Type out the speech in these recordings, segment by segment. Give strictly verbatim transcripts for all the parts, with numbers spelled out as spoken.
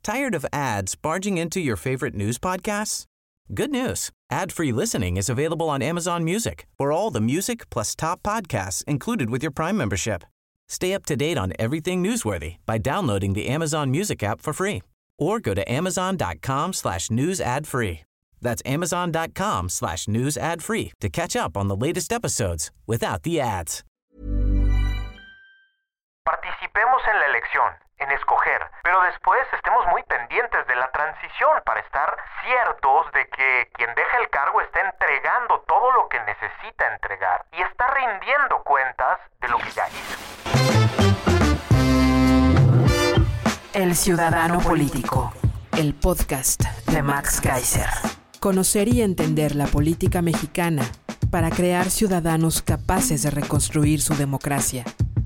Tired of ads barging into your favorite news podcasts? Good news. Ad-free listening is available on Amazon Music for all the music plus top podcasts included with your Prime membership. Stay up to date on everything newsworthy by downloading the Amazon Music app for free or go to amazon.com slash news ad free. That's amazon.com slash news ad free to catch up on the latest episodes without the ads. Participemos en la elección, en escoger, pero después estemos muy pendientes de la transición para estar ciertos de que quien deja el cargo está entregando todo lo que necesita entregar y está rindiendo cuentas de lo que ya hizo. El Ciudadano Político, el podcast de Max Kaiser. Conocer y entender la política mexicana para crear ciudadanos capaces de reconstruir su democracia.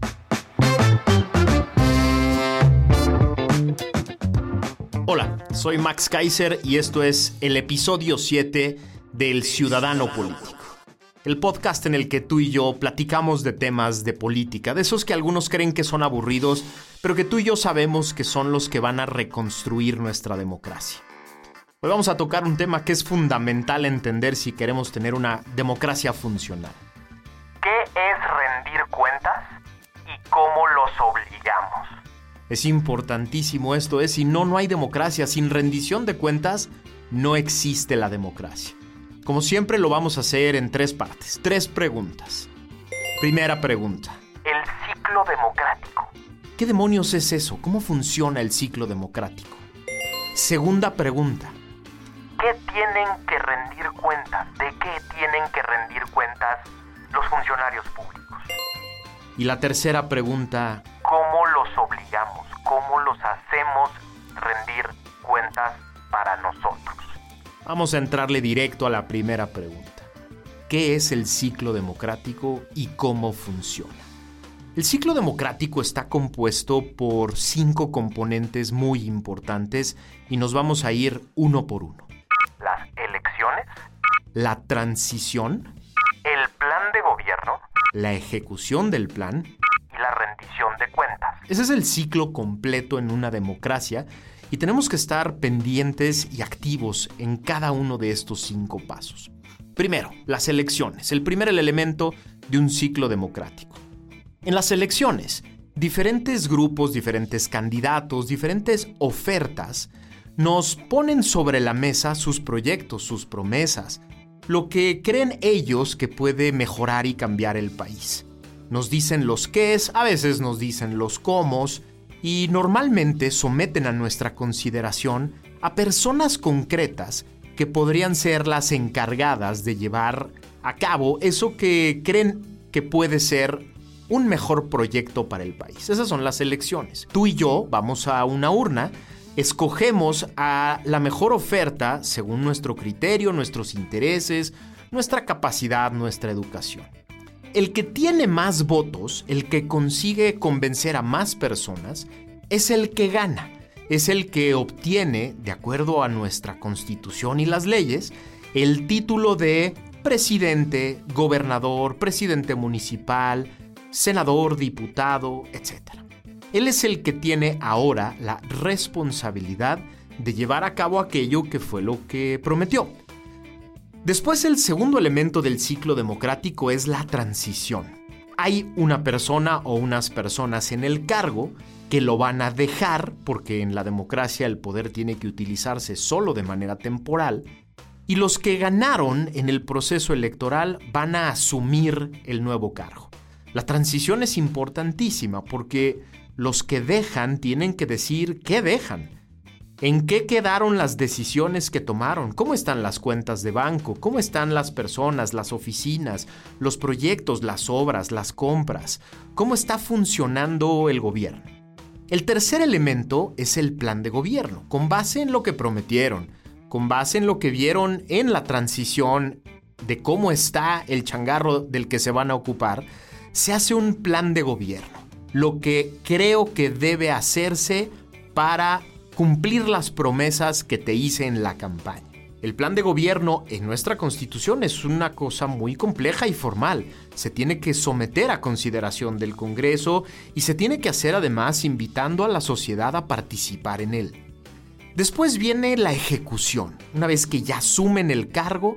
Hola, soy Max Kaiser y esto es el episodio siete del Ciudadano Político. El podcast en el que tú y yo platicamos de temas de política, de esos que algunos creen que son aburridos, pero que tú y yo sabemos que son los que van a reconstruir nuestra democracia. Hoy vamos a tocar un tema que es fundamental entender si queremos tener una democracia funcional. ¿Qué es rendir cuentas y cómo los obligamos? Es importantísimo esto, es si no, no hay democracia. Sin rendición de cuentas, no existe la democracia. Como siempre lo vamos a hacer en tres partes, tres preguntas. Primera pregunta. El ciclo democrático. ¿Qué demonios es eso? ¿Cómo funciona el ciclo democrático? Segunda pregunta. ¿Qué tienen que rendir cuentas? ¿De qué tienen que rendir cuentas los funcionarios públicos? Y la tercera pregunta. ¿Cómo los obligamos? ¿Cómo los hacemos rendir cuentas para nosotros? Vamos a entrarle directo a la primera pregunta. ¿Qué es el ciclo democrático y cómo funciona? El ciclo democrático está compuesto por cinco componentes muy importantes y nos vamos a ir uno por uno. Las elecciones, la transición, el plan de gobierno, la ejecución del plan y la rendición de cuentas. Ese es el ciclo completo en una democracia y tenemos que estar pendientes y activos en cada uno de estos cinco pasos. Primero, las elecciones, el primer elemento de un ciclo democrático. En las elecciones, diferentes grupos, diferentes candidatos, diferentes ofertas nos ponen sobre la mesa sus proyectos, sus promesas, lo que creen ellos que puede mejorar y cambiar el país. Nos dicen los qués, a veces nos dicen los cómos y normalmente someten a nuestra consideración a personas concretas que podrían ser las encargadas de llevar a cabo eso que creen que puede ser un mejor proyecto para el país. Esas son las elecciones. Tú y yo vamos a una urna, escogemos a la mejor oferta según nuestro criterio, nuestros intereses, nuestra capacidad, nuestra educación. El que tiene más votos, el que consigue convencer a más personas, es el que gana. Es el que obtiene, de acuerdo a nuestra Constitución y las leyes, el título de presidente, gobernador, presidente municipal, senador, diputado, etcétera. Él es el que tiene ahora la responsabilidad de llevar a cabo aquello que fue lo que prometió. Después, el segundo elemento del ciclo democrático es la transición. Hay una persona o unas personas en el cargo que lo van a dejar, porque en la democracia el poder tiene que utilizarse solo de manera temporal, y los que ganaron en el proceso electoral van a asumir el nuevo cargo. La transición es importantísima porque los que dejan tienen que decir qué dejan. ¿En qué quedaron las decisiones que tomaron? ¿Cómo están las cuentas de banco? ¿Cómo están las personas, las oficinas, los proyectos, las obras, las compras? ¿Cómo está funcionando el gobierno? El tercer elemento es el plan de gobierno, con base en lo que prometieron, con base en lo que vieron en la transición de cómo está el changarro del que se van a ocupar, se hace un plan de gobierno. Lo que creo que debe hacerse para cumplir las promesas que te hice en la campaña. El plan de gobierno en nuestra Constitución es una cosa muy compleja y formal. Se tiene que someter a consideración del Congreso y se tiene que hacer además invitando a la sociedad a participar en él. Después viene la ejecución. Una vez que ya asumen el cargo,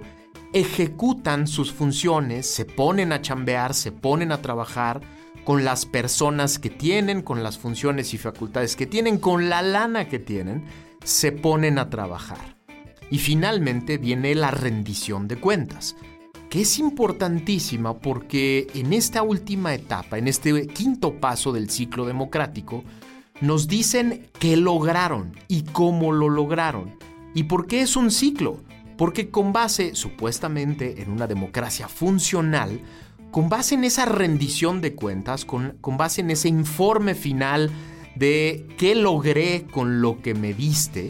ejecutan sus funciones, se ponen a chambear, se ponen a trabajar con las personas que tienen, con las funciones y facultades que tienen, con la lana que tienen, se ponen a trabajar. Y finalmente viene la rendición de cuentas, que es importantísima porque en esta última etapa, en este quinto paso del ciclo democrático, nos dicen qué lograron y cómo lo lograron. ¿Y por qué es un ciclo? Porque con base, supuestamente, en una democracia funcional, con base en esa rendición de cuentas, con, con base en ese informe final de qué logré con lo que me diste,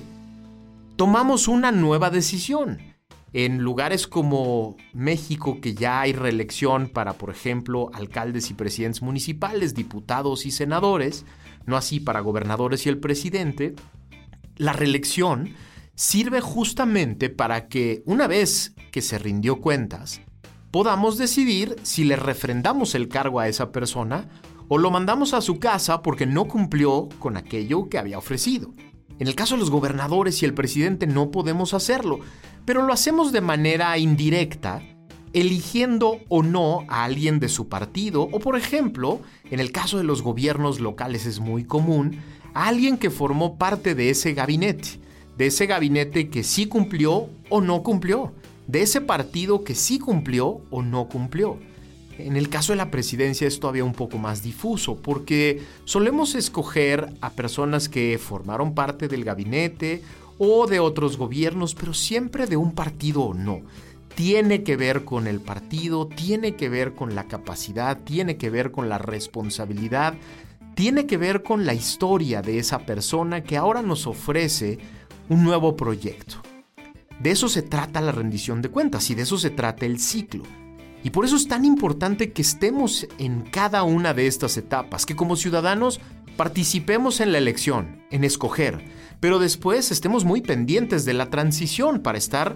tomamos una nueva decisión. En lugares como México, que ya hay reelección para, por ejemplo, alcaldes y presidentes municipales, diputados y senadores, no así para gobernadores y el presidente, la reelección sirve justamente para que, una vez que se rindió cuentas, podamos decidir si le refrendamos el cargo a esa persona o lo mandamos a su casa porque no cumplió con aquello que había ofrecido. En el caso de los gobernadores y el presidente no podemos hacerlo, pero lo hacemos de manera indirecta, eligiendo o no a alguien de su partido, o por ejemplo, en el caso de los gobiernos locales es muy común, a alguien que formó parte de ese gabinete, de ese gabinete que sí cumplió o no cumplió, de ese partido que sí cumplió o no cumplió. En el caso de la presidencia es todavía un poco más difuso porque solemos escoger a personas que formaron parte del gabinete o de otros gobiernos, pero siempre de un partido o no. Tiene que ver con el partido, tiene que ver con la capacidad, tiene que ver con la responsabilidad, tiene que ver con la historia de esa persona que ahora nos ofrece un nuevo proyecto. De eso se trata la rendición de cuentas y de eso se trata el ciclo. Y por eso es tan importante que estemos en cada una de estas etapas, que como ciudadanos participemos en la elección, en escoger, pero después estemos muy pendientes de la transición para estar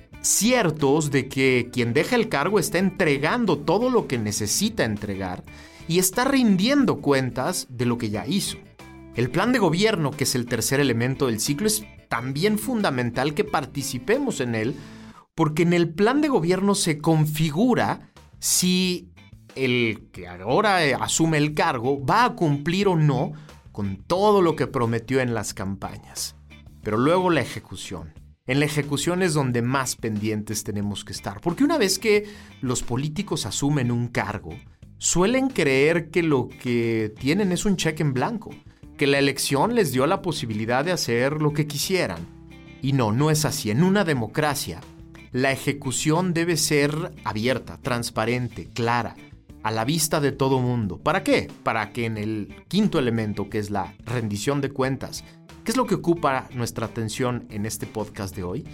ciertos de que quien deja el cargo está entregando todo lo que necesita entregar y está rindiendo cuentas de lo que ya hizo. El plan de gobierno, que es el tercer elemento del ciclo, es también fundamental que participemos en él, porque en el plan de gobierno se configura si el que ahora asume el cargo va a cumplir o no con todo lo que prometió en las campañas. Pero luego la ejecución. En la ejecución es donde más pendientes tenemos que estar, porque una vez que los políticos asumen un cargo, suelen creer que lo que tienen es un cheque en blanco, que la elección les dio la posibilidad de hacer lo que quisieran. Y no, no es así. En una democracia, la ejecución debe ser abierta, transparente, clara, a la vista de todo mundo. ¿Para qué? Para que en el quinto elemento, que es la rendición de cuentas, que es lo que ocupa nuestra atención en este podcast de hoy,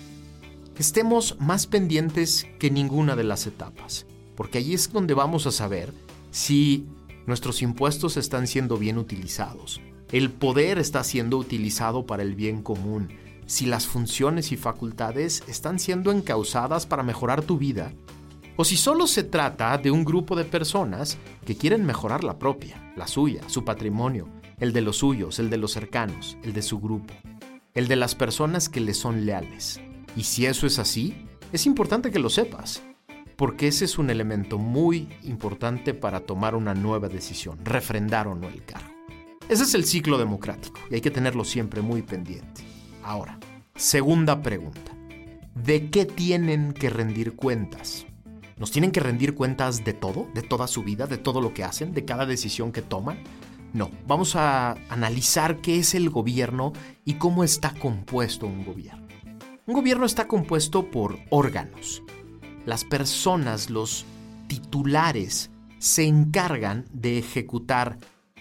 estemos más pendientes que ninguna de las etapas, porque allí es donde vamos a saber si nuestros impuestos están siendo bien utilizados, el poder está siendo utilizado para el bien común, si las funciones y facultades están siendo encauzadas para mejorar tu vida, o si solo se trata de un grupo de personas que quieren mejorar la propia, la suya, su patrimonio, el de los suyos, el de los cercanos, el de su grupo, el de las personas que le son leales. Y si eso es así, es importante que lo sepas, porque ese es un elemento muy importante para tomar una nueva decisión, refrendar o no el cargo. Ese es el ciclo democrático y hay que tenerlo siempre muy pendiente. Ahora, segunda pregunta. ¿De qué tienen que rendir cuentas? ¿Nos tienen que rendir cuentas de todo? ¿De toda su vida? ¿De todo lo que hacen? ¿De cada decisión que toman? No, vamos a analizar qué es el gobierno y cómo está compuesto un gobierno. Un gobierno está compuesto por órganos. Las personas, los titulares, se encargan de ejecutar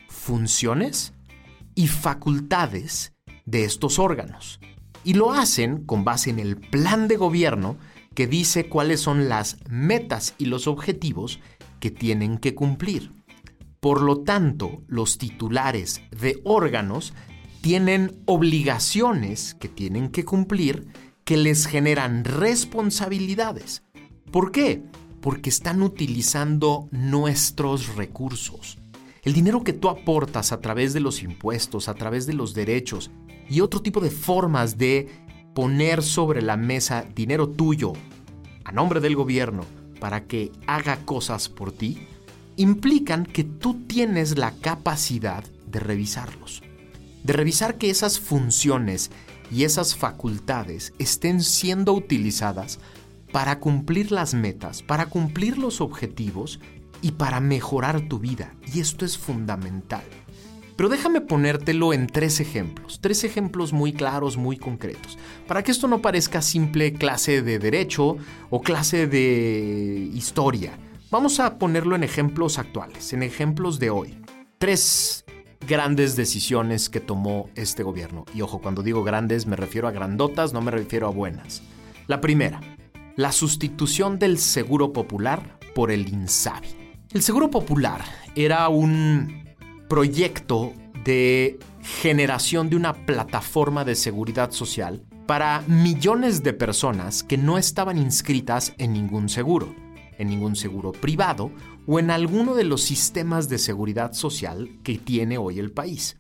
funciones y facultades de estos órganos. Y lo hacen con base en el plan de gobierno que dice cuáles son las metas y los objetivos que tienen que cumplir. Por lo tanto, los titulares de órganos tienen obligaciones que tienen que cumplir que les generan responsabilidades. ¿Por qué? Porque están utilizando nuestros recursos. El dinero que tú aportas a través de los impuestos, a través de los derechos y otro tipo de formas de poner sobre la mesa dinero tuyo a nombre del gobierno para que haga cosas por ti, implican que tú tienes la capacidad de revisarlos, de revisar que esas funciones y esas facultades estén siendo utilizadas para cumplir las metas, para cumplir los objetivos y para mejorar tu vida. Y esto es fundamental. Pero déjame ponértelo en tres ejemplos, tres ejemplos muy claros, muy concretos, para que esto no parezca simple clase de derecho o clase de historia. Vamos a ponerlo en ejemplos actuales, en ejemplos de hoy. Tres grandes decisiones que tomó este gobierno. Y ojo, cuando digo grandes me refiero a grandotas, no me refiero a buenas. La primera, la sustitución del Seguro Popular por el INSABI. El Seguro Popular era un proyecto de generación de una plataforma de seguridad social para millones de personas que no estaban inscritas en ningún seguro, en ningún seguro privado o en alguno de los sistemas de seguridad social que tiene hoy el país.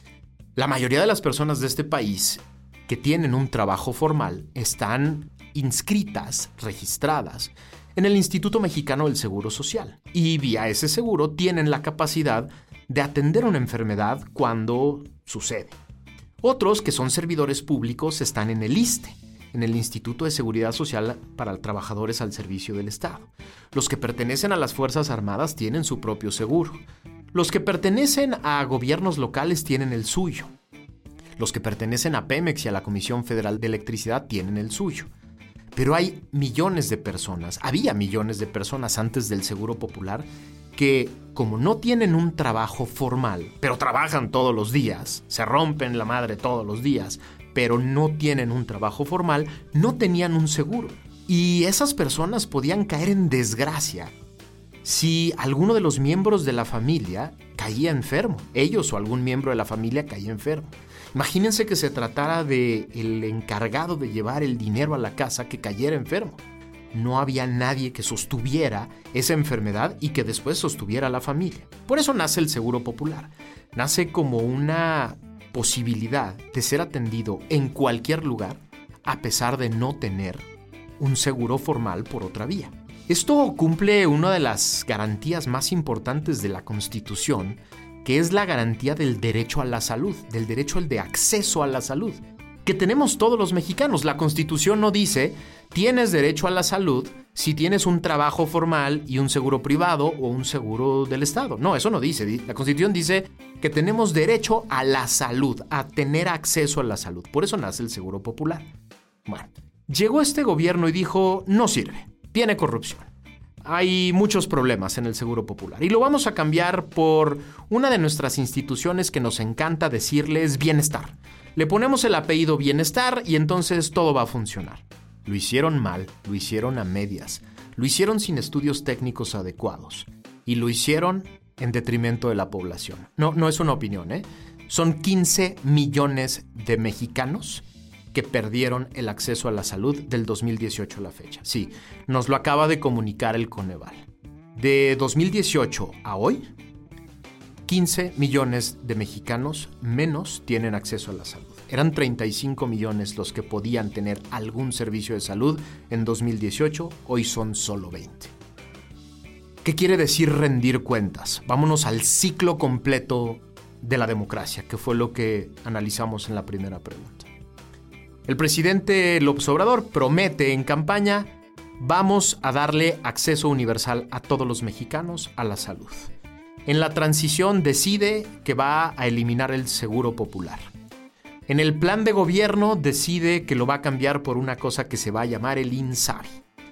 La mayoría de las personas de este país que tienen un trabajo formal están inscritas, registradas en el Instituto Mexicano del Seguro Social y vía ese seguro tienen la capacidad de atender una enfermedad cuando sucede. Otros que son servidores públicos están en el ISSSTE, en el Instituto de Seguridad Social para Trabajadores al Servicio del Estado. Los que pertenecen a las Fuerzas Armadas tienen su propio seguro. Los que pertenecen a gobiernos locales tienen el suyo. Los que pertenecen a Pemex y a la Comisión Federal de Electricidad tienen el suyo. Pero hay millones de personas, había millones de personas antes del Seguro Popular que, como no tienen un trabajo formal, pero trabajan todos los días, se rompen la madre todos los días, pero no tienen un trabajo formal, no tenían un seguro. Y esas personas podían caer en desgracia si alguno de los miembros de la familia caía enfermo, ellos o algún miembro de la familia caía enfermo. Imagínense que se tratara de el encargado de llevar el dinero a la casa que cayera enfermo. No había nadie que sostuviera esa enfermedad y que después sostuviera a la familia. Por eso nace el Seguro Popular. Nace como una posibilidad de ser atendido en cualquier lugar a pesar de no tener un seguro formal por otra vía. Esto cumple una de las garantías más importantes de la Constitución, que es la garantía del derecho a la salud, del derecho al de acceso a la salud, que tenemos todos los mexicanos. La Constitución no dice, tienes derecho a la salud si tienes un trabajo formal y un seguro privado o un seguro del Estado. No, eso no dice. La Constitución dice que tenemos derecho a la salud, a tener acceso a la salud. Por eso nace el Seguro Popular. Bueno, llegó este gobierno y dijo, no sirve, tiene corrupción. Hay muchos problemas en el Seguro Popular y lo vamos a cambiar por una de nuestras instituciones que nos encanta decirles bienestar. Le ponemos el apellido bienestar y entonces todo va a funcionar. Lo hicieron mal, lo hicieron a medias, lo hicieron sin estudios técnicos adecuados y lo hicieron en detrimento de la población. No, no es una opinión, ¿eh? Son quince millones de mexicanos que perdieron el acceso a la salud del dos mil dieciocho a la fecha. Sí, nos lo acaba de comunicar el Coneval. De dos mil dieciocho a hoy, quince millones de mexicanos menos tienen acceso a la salud. Eran treinta y cinco millones los que podían tener algún servicio de salud en dos mil dieciocho, hoy son solo veinte. ¿Qué quiere decir rendir cuentas? Vámonos al ciclo completo de la democracia, que fue lo que analizamos en la primera pregunta. El presidente López Obrador promete en campaña, vamos a darle acceso universal a todos los mexicanos a la salud. En la transición decide que va a eliminar el Seguro Popular. En el plan de gobierno decide que lo va a cambiar por una cosa que se va a llamar el INSABI.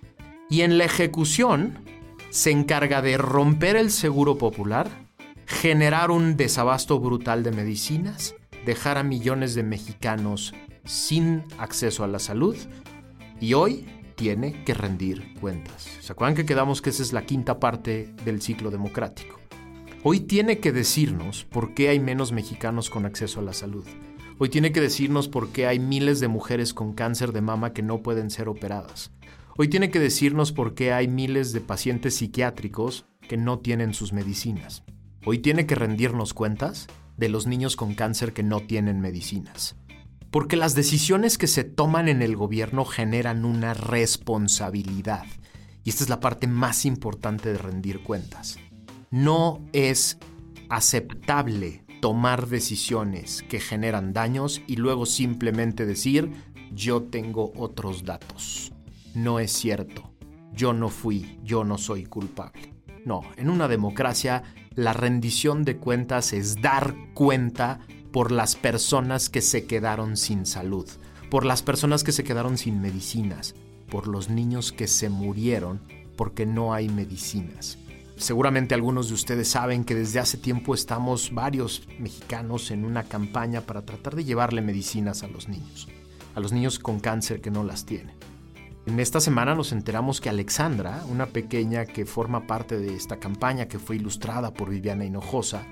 Y en la ejecución se encarga de romper el Seguro Popular, generar un desabasto brutal de medicinas, dejar a millones de mexicanos sin acceso a la salud y hoy tiene que rendir cuentas. ¿Se acuerdan que quedamos que esa es la quinta parte del ciclo democrático? Hoy tiene que decirnos por qué hay menos mexicanos con acceso a la salud. Hoy tiene que decirnos por qué hay miles de mujeres con cáncer de mama que no pueden ser operadas. Hoy tiene que decirnos por qué hay miles de pacientes psiquiátricos que no tienen sus medicinas. Hoy tiene que rendirnos cuentas de los niños con cáncer que no tienen medicinas. Porque las decisiones que se toman en el gobierno generan una responsabilidad. Y esta es la parte más importante de rendir cuentas. No es aceptable tomar decisiones que generan daños y luego simplemente decir, yo tengo otros datos. No es cierto. Yo no fui, yo no soy culpable. No, en una democracia, la rendición de cuentas es dar cuenta por las personas que se quedaron sin salud, por las personas que se quedaron sin medicinas, por los niños que se murieron porque no hay medicinas. Seguramente algunos de ustedes saben que desde hace tiempo estamos varios mexicanos en una campaña para tratar de llevarle medicinas a los niños, a los niños con cáncer que no las tienen. En esta semana nos enteramos que Alexandra, una pequeña que forma parte de esta campaña que fue ilustrada por Viviana Hinojosa,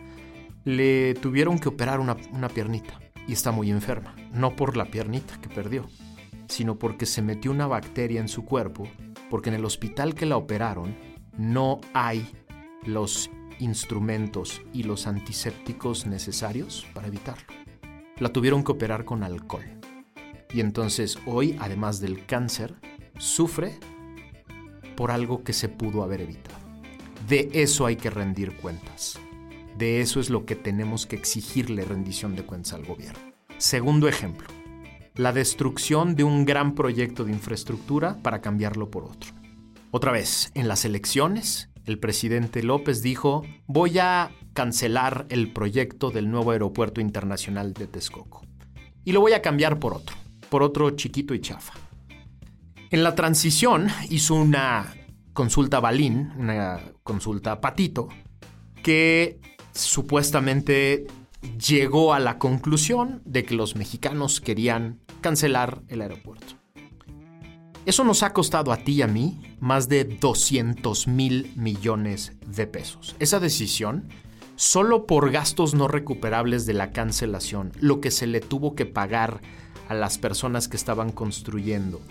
le tuvieron que operar una, una piernita y está muy enferma. No por la piernita que perdió, sino porque se metió una bacteria en su cuerpo, porque en el hospital que la operaron no hay los instrumentos y los antisépticos necesarios para evitarlo. La tuvieron que operar con alcohol. Y entonces hoy, además del cáncer, sufre por algo que se pudo haber evitado. De eso hay que rendir cuentas. De eso es lo que tenemos que exigirle rendición de cuentas al gobierno. Segundo ejemplo, la destrucción de un gran proyecto de infraestructura para cambiarlo por otro. Otra vez, en las elecciones, el presidente López dijo, voy a cancelar el proyecto del nuevo aeropuerto internacional de Texcoco. Y lo voy a cambiar por otro, por otro chiquito y chafa. En la transición hizo una consulta Balín, una consulta Patito, que supuestamente llegó a la conclusión de que los mexicanos querían cancelar el aeropuerto. Eso nos ha costado a ti y a mí más de doscientos mil millones de pesos. Esa decisión, solo por gastos no recuperables de la cancelación, lo que se le tuvo que pagar a las personas que estaban construyendo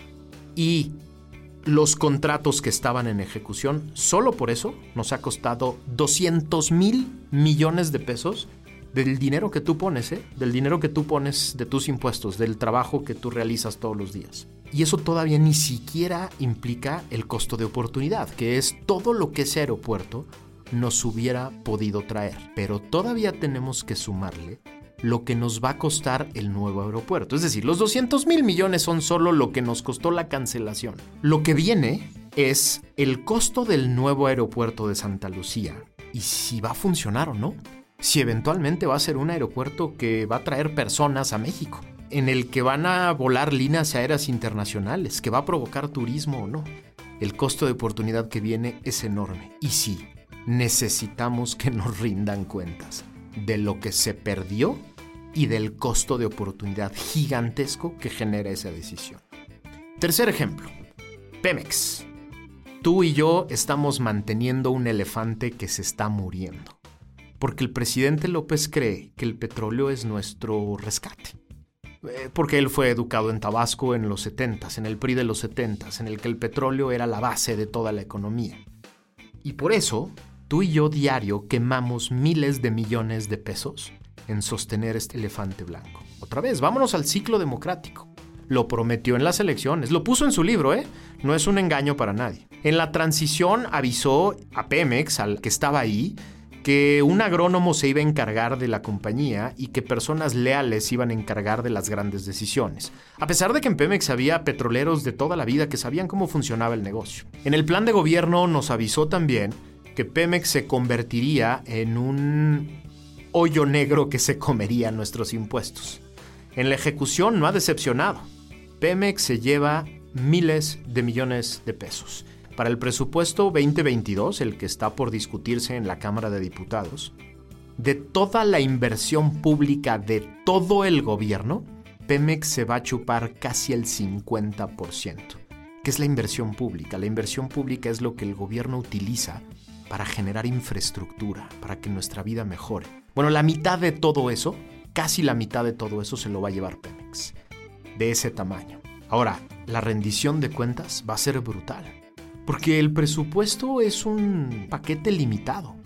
y los contratos que estaban en ejecución, solo por eso nos ha costado doscientos mil millones de pesos del dinero que tú pones, ¿eh? Del dinero que tú pones de tus impuestos, del trabajo que tú realizas todos los días. Y eso todavía ni siquiera implica el costo de oportunidad, que es todo lo que ese aeropuerto nos hubiera podido traer. Pero todavía tenemos que sumarle lo que nos va a costar el nuevo aeropuerto. Es decir, los doscientos mil millones son solo lo que nos costó la cancelación. Lo que viene es el costo del nuevo aeropuerto de Santa Lucía y si va a funcionar o no. Si eventualmente va a ser un aeropuerto que va a traer personas a México, en el que van a volar líneas aéreas internacionales, que va a provocar turismo o no. El costo de oportunidad que viene es enorme. Y sí, necesitamos que nos rindan cuentas de lo que se perdió y del costo de oportunidad gigantesco que genera esa decisión. Tercer ejemplo, Pemex. Tú y yo estamos manteniendo un elefante que se está muriendo, porque el presidente López cree que el petróleo es nuestro rescate. Eh, porque él fue educado en Tabasco en los setentas, en el P R I de los setentas, en el que el petróleo era la base de toda la economía. Y por eso, tú y yo diario quemamos miles de millones de pesos en sostener este elefante blanco. Otra vez, vámonos al ciclo democrático. Lo prometió en las elecciones, lo puso en su libro, ¿eh? No es un engaño para nadie. En la transición avisó a Pemex, al que estaba ahí, que un agrónomo se iba a encargar de la compañía y que personas leales iban a encargar de las grandes decisiones. A pesar de que en Pemex había petroleros de toda la vida que sabían cómo funcionaba el negocio. En el plan de gobierno nos avisó también que Pemex se convertiría en un hoyo negro que se comería nuestros impuestos. En la ejecución no ha decepcionado. Pemex se lleva miles de millones de pesos. Para el presupuesto veinte veintidós, el que está por discutirse en la Cámara de Diputados, de toda la inversión pública de todo el gobierno, Pemex se va a chupar casi el cincuenta por ciento. ¿Qué es la inversión pública? La inversión pública es lo que el gobierno utiliza para generar infraestructura, para que nuestra vida mejore. Bueno, la mitad de todo eso, casi la mitad de todo eso se lo va a llevar Pemex, de ese tamaño. Ahora, la rendición de cuentas va a ser brutal, porque el presupuesto es un paquete limitado.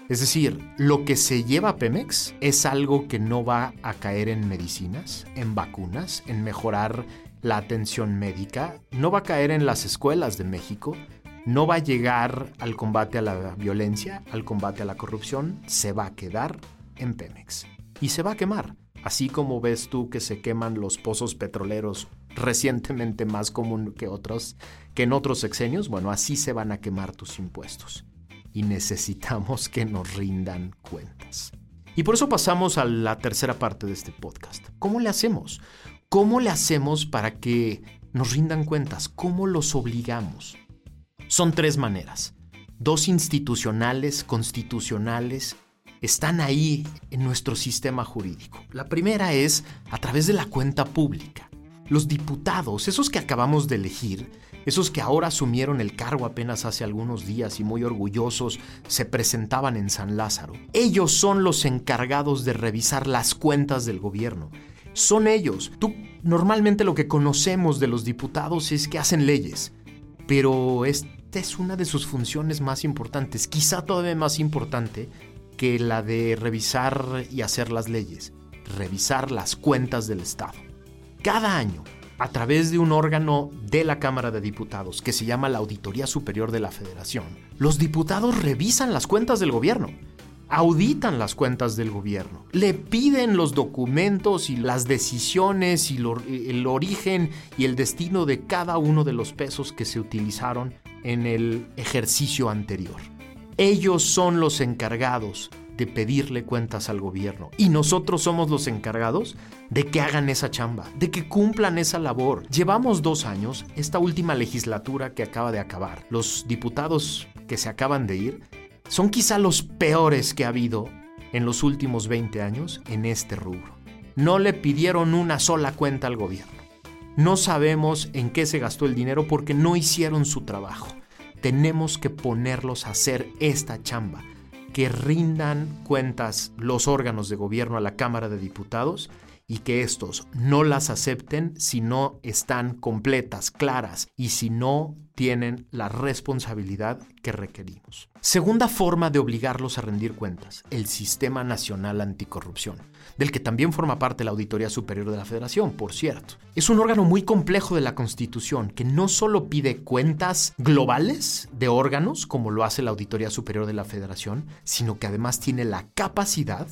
Es decir, lo que se lleva Pemex es algo que no va a caer en medicinas, en vacunas, en mejorar la atención médica, no va a caer en las escuelas de México, no va a llegar al combate a la violencia, al combate a la corrupción, se va a quedar en Pemex. Y se va a quemar, así como ves tú que se queman los pozos petroleros recientemente más común que otros, que en otros sexenios, bueno, así se van a quemar tus impuestos. Y necesitamos que nos rindan cuentas. Y por eso pasamos a la tercera parte de este podcast. ¿Cómo le hacemos? ¿Cómo le hacemos para que nos rindan cuentas? ¿Cómo los obligamos? Son tres maneras. Dos institucionales, constitucionales, están ahí en nuestro sistema jurídico. La primera es a través de la cuenta pública. Los diputados, esos que acabamos de elegir, esos que ahora asumieron el cargo apenas hace algunos días y muy orgullosos se presentaban en San Lázaro. Ellos son los encargados de revisar las cuentas del gobierno. Son ellos. Tú, normalmente lo que conocemos de los diputados es que hacen leyes, pero esta es una de sus funciones más importantes, quizá todavía más importante que la de revisar y hacer las leyes, revisar las cuentas del Estado. Cada año, a través de un órgano de la Cámara de Diputados que se llama la Auditoría Superior de la Federación, los diputados revisan las cuentas del gobierno, auditan las cuentas del gobierno, le piden los documentos y las decisiones y lo, el origen y el destino de cada uno de los pesos que se utilizaron en el ejercicio anterior. Ellos son los encargados de pedirle cuentas al gobierno y nosotros somos los encargados de que hagan esa chamba, de que cumplan esa labor. Llevamos dos años, esta última legislatura que acaba de acabar. Los diputados que se acaban de ir son quizá los peores que ha habido en los últimos veinte años en este rubro. No le pidieron una sola cuenta al gobierno. No sabemos en qué se gastó el dinero porque no hicieron su trabajo. Tenemos que ponerlos a hacer esta chamba, que rindan cuentas los órganos de gobierno a la Cámara de Diputados y que estos no las acepten si no están completas, claras y si no tienen la responsabilidad que requerimos. Segunda forma de obligarlos a rendir cuentas, el Sistema Nacional Anticorrupción, del que también forma parte la Auditoría Superior de la Federación, por cierto. Es un órgano muy complejo de la Constitución que no solo pide cuentas globales de órganos, como lo hace la Auditoría Superior de la Federación, sino que además tiene la capacidad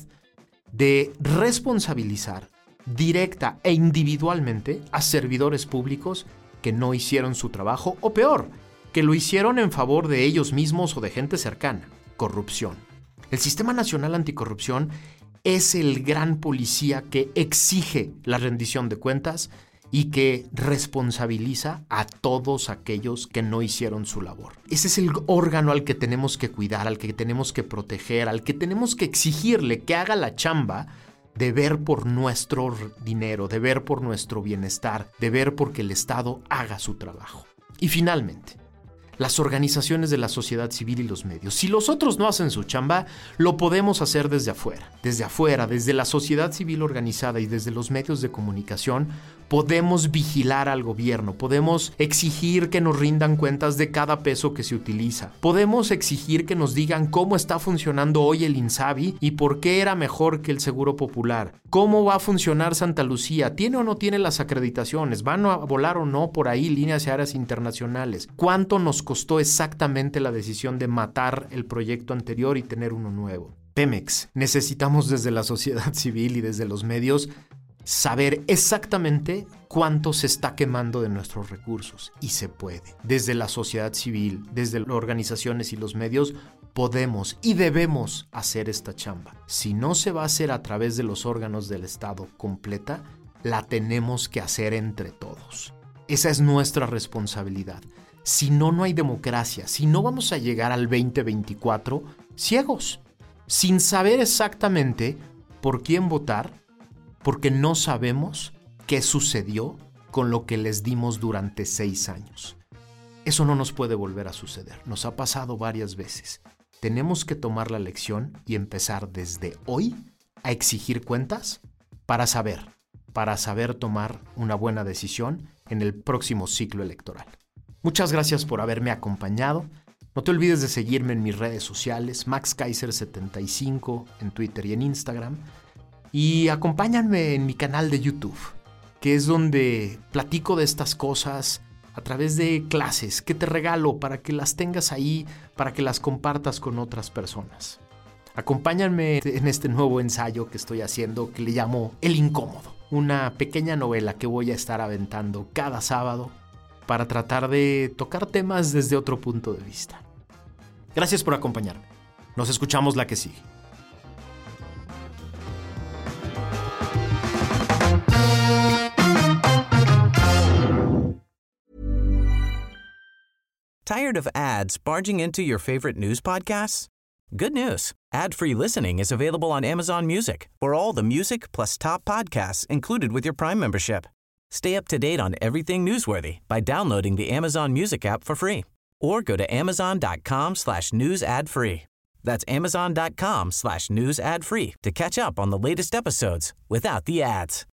de responsabilizar directa e individualmente a servidores públicos que no hicieron su trabajo o peor, que lo hicieron en favor de ellos mismos o de gente cercana. Corrupción. El Sistema Nacional Anticorrupción es el gran policía que exige la rendición de cuentas y que responsabiliza a todos aquellos que no hicieron su labor. Ese es el órgano al que tenemos que cuidar, al que tenemos que proteger, al que tenemos que exigirle que haga la chamba de ver por nuestro dinero, de ver por nuestro bienestar, de ver por que el Estado haga su trabajo. Y finalmente, las organizaciones de la sociedad civil y los medios. Si los otros no hacen su chamba, lo podemos hacer desde afuera. Desde afuera, desde la sociedad civil organizada y desde los medios de comunicación, podemos vigilar al gobierno, podemos exigir que nos rindan cuentas de cada peso que se utiliza. Podemos exigir que nos digan cómo está funcionando hoy el INSABI y por qué era mejor que el Seguro Popular. ¿Cómo va a funcionar Santa Lucía? ¿Tiene o no tiene las acreditaciones? ¿Van a volar o no por ahí líneas aéreas internacionales? ¿Cuánto nos costó exactamente la decisión de matar el proyecto anterior y tener uno nuevo? Pemex, necesitamos desde la sociedad civil y desde los medios saber exactamente cuánto se está quemando de nuestros recursos, y se puede. Desde la sociedad civil, desde las organizaciones y los medios, podemos y debemos hacer esta chamba. Si no se va a hacer a través de los órganos del Estado completa, la tenemos que hacer entre todos. Esa es nuestra responsabilidad. Si no, no hay democracia. Si no, vamos a llegar al veinte veinticuatro ciegos, sin saber exactamente por quién votar, porque no sabemos qué sucedió con lo que les dimos durante seis años. Eso no nos puede volver a suceder. Nos ha pasado varias veces. Tenemos que tomar la lección y empezar desde hoy a exigir cuentas para saber, para saber tomar una buena decisión en el próximo ciclo electoral. Muchas gracias por haberme acompañado. No te olvides de seguirme en mis redes sociales, Max Kaiser setenta y cinco en Twitter y en Instagram. Y acompáñame en mi canal de YouTube, que es donde platico de estas cosas a través de clases que te regalo para que las tengas ahí, para que las compartas con otras personas. Acompáñame en este nuevo ensayo que estoy haciendo que le llamo El Incómodo, una pequeña novela que voy a estar aventando cada sábado para tratar de tocar temas desde otro punto de vista. Gracias por acompañarme. Nos escuchamos la que sigue. Tired of ads barging into your favorite news podcasts? Good news. Ad-free listening is available on Amazon Music for all the music plus top podcasts included with your Prime membership. Stay up to date on everything newsworthy by downloading the Amazon Music app for free or go to amazon.com slash news ad free. That's amazon.com slash news ad free to catch up on the latest episodes without the ads.